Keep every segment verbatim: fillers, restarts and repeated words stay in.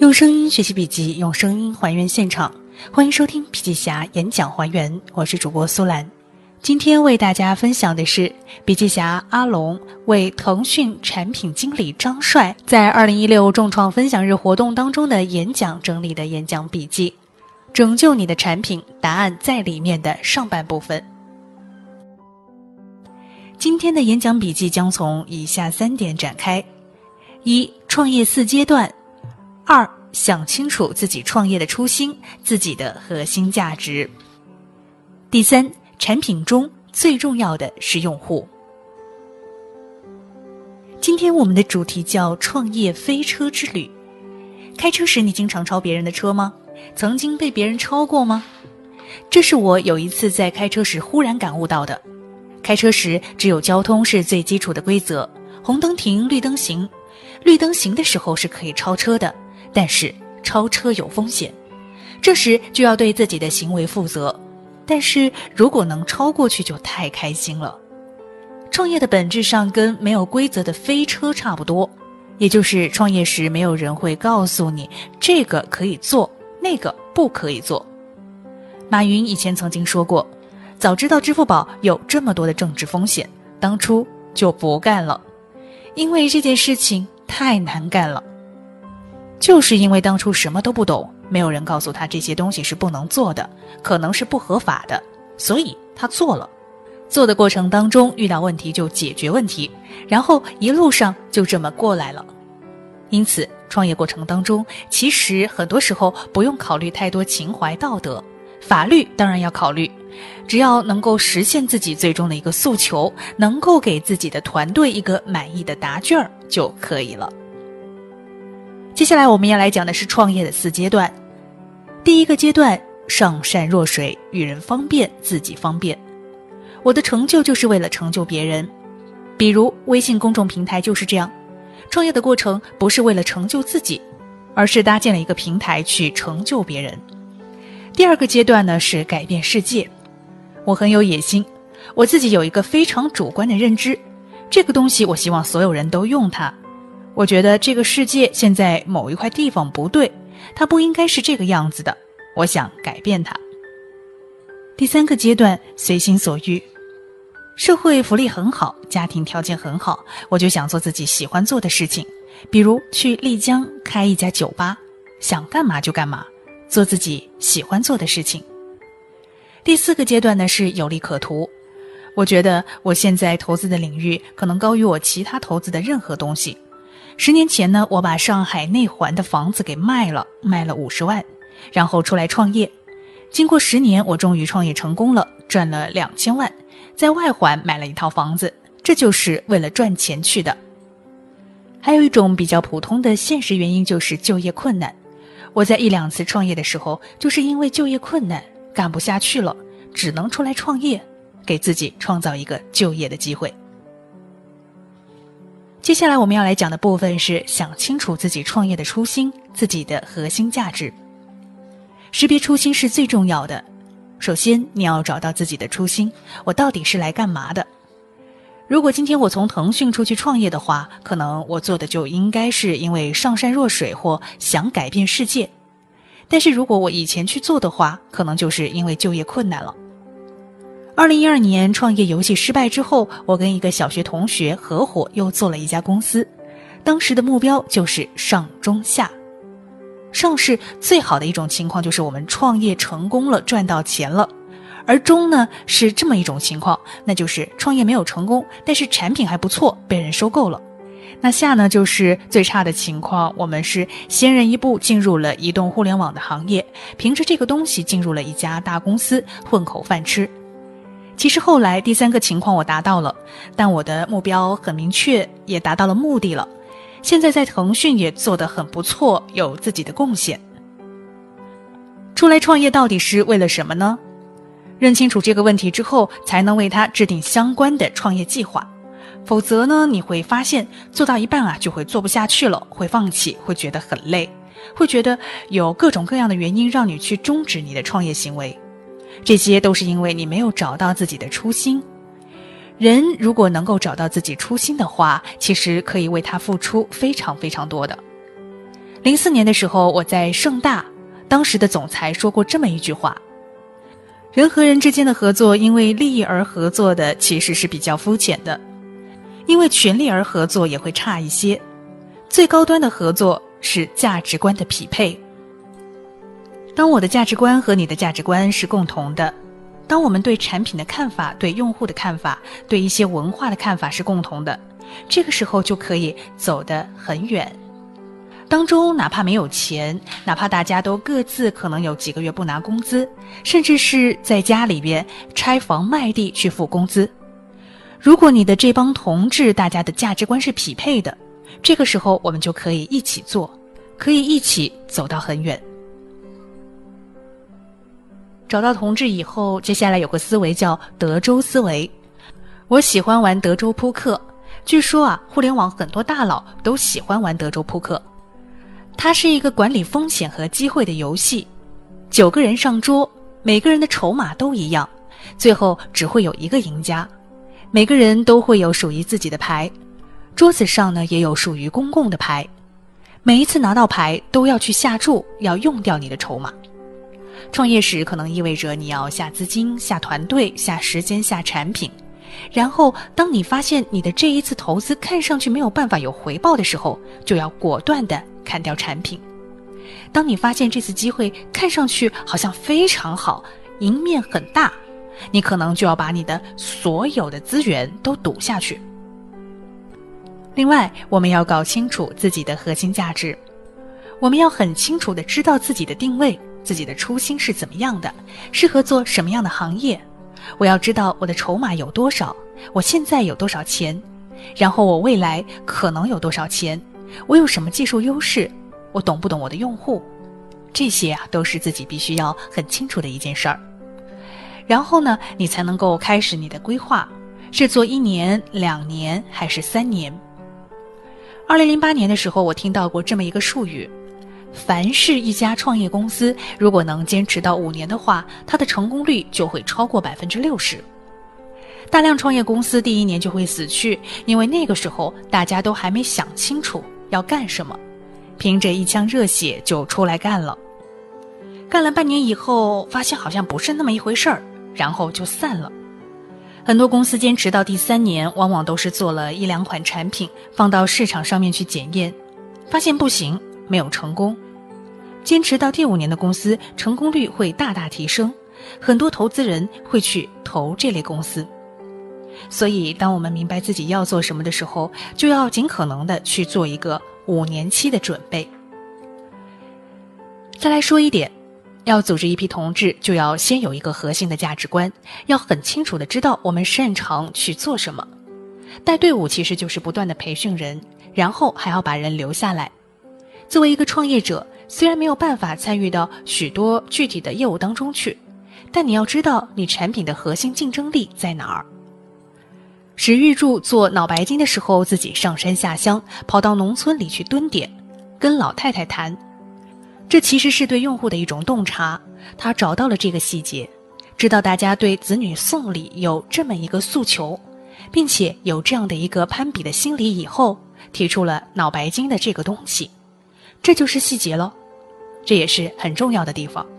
用声音学习笔记，用声音还原现场。欢迎收听笔记侠演讲还原，我是主播苏兰。今天为大家分享的是笔记侠阿龙为腾讯产品经理张帅在二零一六众创分享日活动当中的演讲整理的演讲笔记，拯救你的产品，答案在里面的上半部分。今天的演讲笔记将从以下三点展开：一、创业四阶段；二、想清楚自己创业的初心，自己的核心价值；第三，产品中最重要的是用户。今天我们的主题叫创业飞车之旅。开车时你经常超别人的车吗？曾经被别人超过吗？这是我有一次在开车时忽然感悟到的。开车时只有交通是最基础的规则，红灯停，绿灯行。绿灯行的时候是可以超车的，但是超车有风险，这时就要对自己的行为负责。但是如果能超过去就太开心了。创业的本质上跟没有规则的飞车差不多，也就是创业时没有人会告诉你这个可以做，那个不可以做。马云以前曾经说过，早知道支付宝有这么多的政治风险，当初就不干了，因为这件事情太难干了。就是因为当初什么都不懂，没有人告诉他这些东西是不能做的，可能是不合法的，所以他做了。做的过程当中遇到问题就解决问题，然后一路上就这么过来了。因此创业过程当中其实很多时候不用考虑太多情怀道德，法律当然要考虑，只要能够实现自己最终的一个诉求，能够给自己的团队一个满意的答卷就可以了。接下来我们要来讲的是创业的四阶段。第一个阶段，上善若水，与人方便，自己方便。我的成就就是为了成就别人。比如微信公众平台就是这样，创业的过程不是为了成就自己，而是搭建了一个平台去成就别人。第二个阶段呢，是改变世界。我很有野心，我自己有一个非常主观的认知，这个东西我希望所有人都用它。我觉得这个世界现在某一块地方不对，它不应该是这个样子的，我想改变它。第三个阶段，随心所欲。社会福利很好，家庭条件很好，我就想做自己喜欢做的事情，比如去丽江开一家酒吧，想干嘛就干嘛，做自己喜欢做的事情。第四个阶段呢，是有利可图。我觉得我现在投资的领域可能高于我其他投资的任何东西。十年前呢，我把上海内环的房子给卖了，卖了五十万，然后出来创业。经过十年，我终于创业成功了，赚了两千万，在外环买了一套房子，这就是为了赚钱去的。还有一种比较普通的现实原因，就是就业困难。我在一两次创业的时候，就是因为就业困难，干不下去了，只能出来创业，给自己创造一个就业的机会。接下来我们要来讲的部分是想清楚自己创业的初心，自己的核心价值。识别初心是最重要的。首先你要找到自己的初心，我到底是来干嘛的？如果今天我从腾讯出去创业的话，可能我做的就应该是因为上善若水或想改变世界。但是如果我以前去做的话，可能就是因为就业困难了。二零一二年创业游戏失败之后，我跟一个小学同学合伙又做了一家公司，当时的目标就是上中下。上是最好的一种情况，就是我们创业成功了，赚到钱了。而中呢，是这么一种情况，那就是创业没有成功，但是产品还不错，被人收购了。那下呢，就是最差的情况，我们是先人一步进入了移动互联网的行业，凭着这个东西进入了一家大公司，混口饭吃。其实后来第三个情况我达到了，但我的目标很明确，也达到了目的了。现在在腾讯也做得很不错，有自己的贡献。出来创业到底是为了什么呢？认清楚这个问题之后，才能为它制定相关的创业计划。否则呢，你会发现做到一半啊，就会做不下去了，会放弃，会觉得很累，会觉得有各种各样的原因让你去终止你的创业行为。这些都是因为你没有找到自己的初心。人如果能够找到自己初心的话，其实可以为他付出非常非常多的。 零四年的时候，我在盛大，当时的总裁说过这么一句话：人和人之间的合作，因为利益而合作的其实是比较肤浅的，因为权力而合作也会差一些。最高端的合作是价值观的匹配。当我的价值观和你的价值观是共同的，当我们对产品的看法、对用户的看法、对一些文化的看法是共同的，这个时候就可以走得很远。当中哪怕没有钱，哪怕大家都各自可能有几个月不拿工资，甚至是在家里边拆房卖地去付工资，如果你的这帮同志大家的价值观是匹配的，这个时候我们就可以一起做，可以一起走到很远。找到同志以后，接下来有个思维叫德州思维。我喜欢玩德州扑克，据说啊，互联网很多大佬都喜欢玩德州扑克。它是一个管理风险和机会的游戏，九个人上桌，每个人的筹码都一样，最后只会有一个赢家。每个人都会有属于自己的牌，桌子上呢也有属于公共的牌，每一次拿到牌都要去下注，要用掉你的筹码。创业时可能意味着你要下资金、下团队、下时间、下产品，然后当你发现你的这一次投资看上去没有办法有回报的时候，就要果断地砍掉产品。当你发现这次机会看上去好像非常好，赢面很大，你可能就要把你的所有的资源都赌下去。另外，我们要搞清楚自己的核心价值，我们要很清楚地知道自己的定位，自己的初心是怎么样的，适合做什么样的行业。我要知道我的筹码有多少，我现在有多少钱，然后我未来可能有多少钱，我有什么技术优势，我懂不懂我的用户，这些啊都是自己必须要很清楚的一件事儿。然后呢，你才能够开始你的规划，是做一年、两年还是三年。二零零八年的时候，我听到过这么一个术语，凡是一家创业公司如果能坚持到五年的话，它的成功率就会超过百分之六十。大量创业公司第一年就会死去，因为那个时候大家都还没想清楚要干什么，凭着一腔热血就出来干了。干了半年以后，发现好像不是那么一回事儿，然后就散了。很多公司坚持到第三年，往往都是做了一两款产品，放到市场上面去检验，发现不行，没有成功。坚持到第五年的公司，成功率会大大提升，很多投资人会去投这类公司。所以当我们明白自己要做什么的时候，就要尽可能的去做一个五年期的准备。再来说一点，要组织一批同志，就要先有一个核心的价值观，要很清楚的知道我们擅长去做什么。带队伍其实就是不断的培训人，然后还要把人留下来。作为一个创业者，虽然没有办法参与到许多具体的业务当中去，但你要知道你产品的核心竞争力在哪儿。史玉柱做脑白金的时候，自己上山下乡，跑到农村里去蹲点，跟老太太谈。这其实是对用户的一种洞察，他找到了这个细节，知道大家对子女送礼有这么一个诉求，并且有这样的一个攀比的心理以后，提出了脑白金的这个东西。这就是细节了，这也是很重要的地方。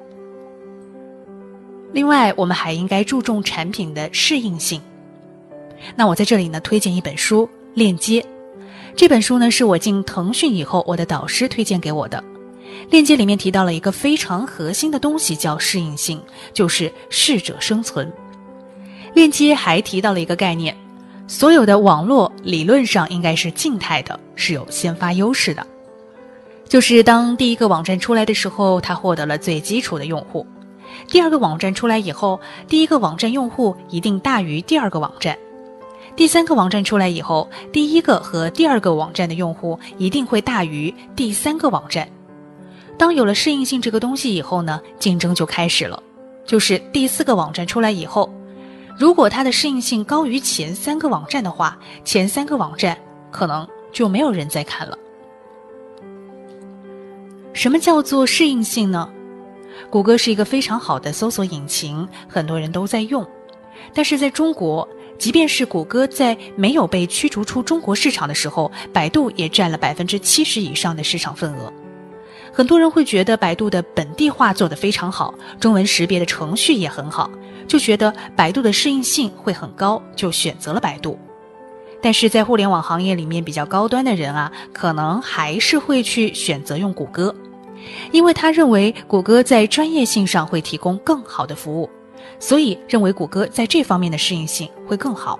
另外，我们还应该注重产品的适应性。那我在这里呢，推荐一本书《链接》。这本书呢，是我进腾讯以后，我的导师推荐给我的。链接里面提到了一个非常核心的东西，叫适应性，就是适者生存。链接还提到了一个概念，所有的网络理论上应该是静态的，是有先发优势的。就是当第一个网站出来的时候，它获得了最基础的用户。第二个网站出来以后，第一个网站用户一定大于第二个网站。第三个网站出来以后，第一个和第二个网站的用户一定会大于第三个网站。当有了适应性这个东西以后呢，竞争就开始了。就是第四个网站出来以后，如果它的适应性高于前三个网站的话，前三个网站可能就没有人再看了。什么叫做适应性呢？谷歌是一个非常好的搜索引擎，很多人都在用。但是在中国，即便是谷歌在没有被驱逐出中国市场的时候，百度也占了百分之七十以上的市场份额。 很多人会觉得百度的本地化做得非常好，中文识别的程序也很好，就觉得百度的适应性会很高，就选择了百度。但是在互联网行业里面比较高端的人啊，可能还是会去选择用谷歌，因为他认为谷歌在专业性上会提供更好的服务，所以认为谷歌在这方面的适应性会更好。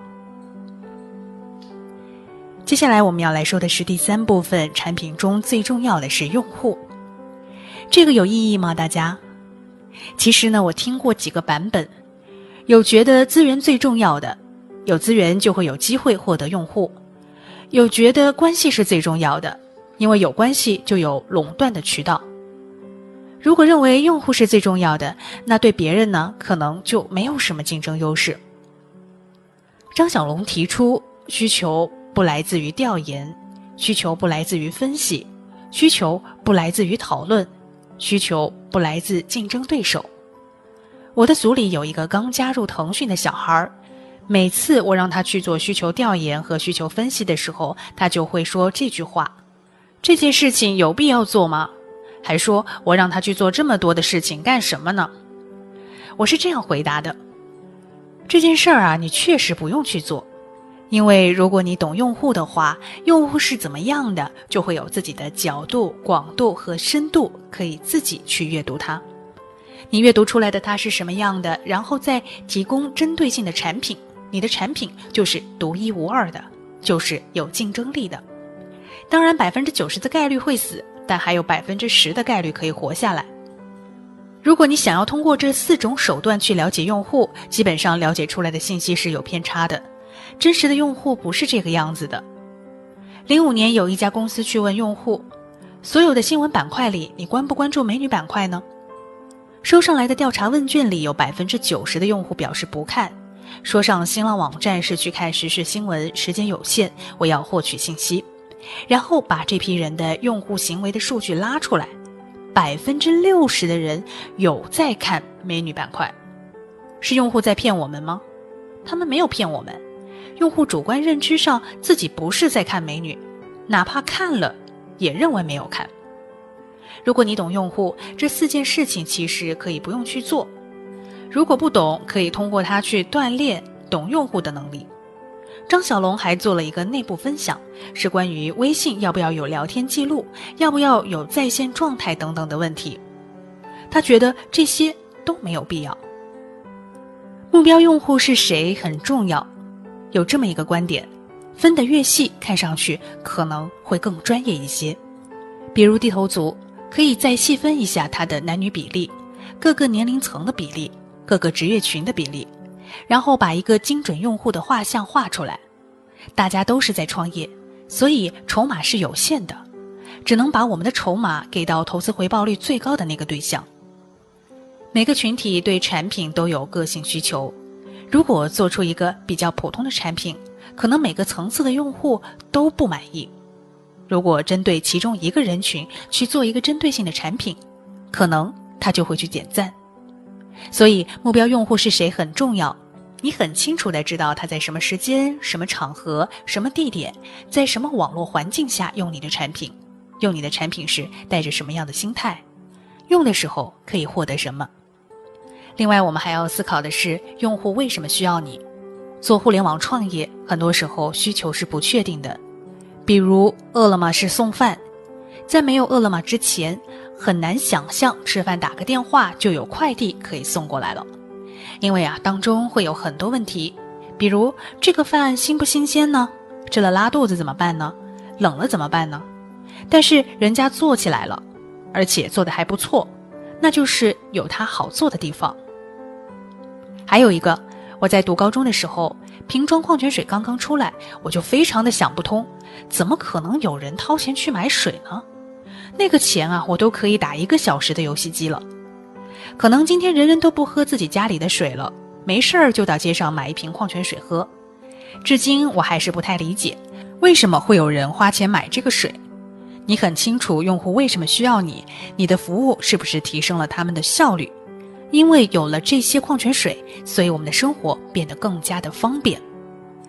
接下来我们要来说的是第三部分，产品中最重要的是用户。这个有意义吗？大家？其实呢，我听过几个版本，有觉得资源最重要的，有资源就会有机会获得用户；有觉得关系是最重要的，因为有关系就有垄断的渠道。如果认为用户是最重要的，那对别人呢，可能就没有什么竞争优势。张小龙提出，需求不来自于调研，需求不来自于分析，需求不来自于讨论，需求不来自竞争对手。我的组里有一个刚加入腾讯的小孩，每次我让他去做需求调研和需求分析的时候，他就会说这句话：这件事情有必要做吗？还说我让他去做这么多的事情干什么呢？我是这样回答的：这件事儿啊，你确实不用去做，因为如果你懂用户的话，用户是怎么样的，就会有自己的角度、广度和深度，可以自己去阅读它。你阅读出来的它是什么样的，然后再提供针对性的产品，你的产品就是独一无二的，就是有竞争力的。当然百分之九十的概率会死，但还有百分之十的概率可以活下来。如果你想要通过这四种手段去了解用户，基本上了解出来的信息是有偏差的，真实的用户不是这个样子的。零五年有一家公司去问用户，所有的新闻板块里，你关不关注美女板块呢？收上来的调查问卷里有百分之九十的用户表示不看，说上新浪网站是去看时事新闻，时间有限，我要获取信息。然后把这批人的用户行为的数据拉出来，百分之六十的人有在看美女板块。是用户在骗我们吗？他们没有骗我们，用户主观认知上自己不是在看美女，哪怕看了也认为没有看。如果你懂用户，这四件事情其实可以不用去做。如果不懂，可以通过它去锻炼懂用户的能力。张小龙还做了一个内部分享，是关于微信要不要有聊天记录，要不要有在线状态等等的问题。他觉得这些都没有必要。目标用户是谁很重要，有这么一个观点，分得越细，看上去可能会更专业一些。比如地头族，可以再细分一下它的男女比例，各个年龄层的比例，各个职业群的比例，然后把一个精准用户的画像画出来。大家都是在创业，所以筹码是有限的，只能把我们的筹码给到投资回报率最高的那个对象。每个群体对产品都有个性需求，如果做出一个比较普通的产品，可能每个层次的用户都不满意。如果针对其中一个人群去做一个针对性的产品，可能他就会去点赞。所以目标用户是谁很重要，你很清楚地知道他在什么时间、什么场合、什么地点，在什么网络环境下用你的产品，用你的产品时带着什么样的心态，用的时候可以获得什么。另外我们还要思考的是，用户为什么需要你。做互联网创业，很多时候需求是不确定的。比如饿了么是送饭，在没有饿了么之前，很难想象吃饭打个电话就有快递可以送过来了。因为啊，当中会有很多问题，比如这个饭新不新鲜呢？吃了拉肚子怎么办呢？冷了怎么办呢？但是人家做起来了，而且做得还不错，那就是有它好做的地方。还有一个，我在读高中的时候，瓶装矿泉水刚刚出来，我就非常的想不通，怎么可能有人掏钱去买水呢？那个钱啊，我都可以打一个小时的游戏机了。可能今天人人都不喝自己家里的水了，没事儿就到街上买一瓶矿泉水喝。至今我还是不太理解，为什么会有人花钱买这个水？你很清楚用户为什么需要你，你的服务是不是提升了他们的效率？因为有了这些矿泉水，所以我们的生活变得更加的方便。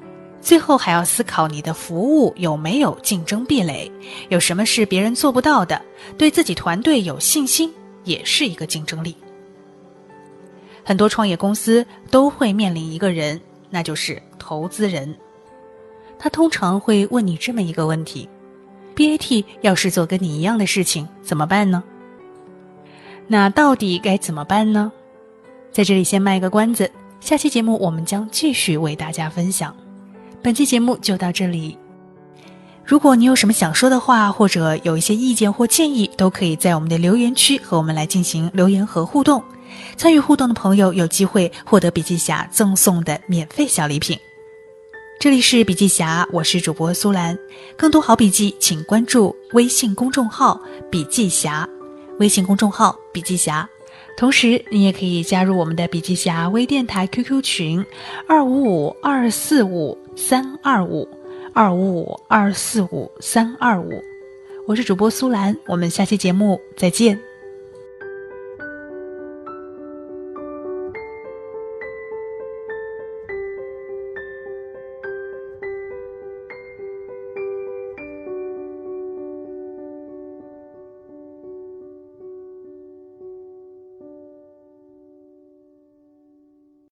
最后还要思考你的服务有没有竞争壁垒，有什么是别人做不到的，对自己团队有信心也是一个竞争力。很多创业公司都会面临一个人，那就是投资人。他通常会问你这么一个问题： B A T 要是做跟你一样的事情怎么办呢？那到底该怎么办呢？在这里先卖个关子，下期节目我们将继续为大家分享。本期节目就到这里。如果你有什么想说的话，或者有一些意见或建议，都可以在我们的留言区和我们来进行留言和互动。参与互动的朋友有机会获得笔记侠赠送的免费小礼品。这里是笔记侠，我是主播苏兰。更多好笔记请关注微信公众号笔记侠，微信公众号笔记侠。同时你也可以加入我们的笔记侠微电台 Q Q 群二五五二四五三二五二五五二四五三二五。我是主播苏兰，我们下期节目再见。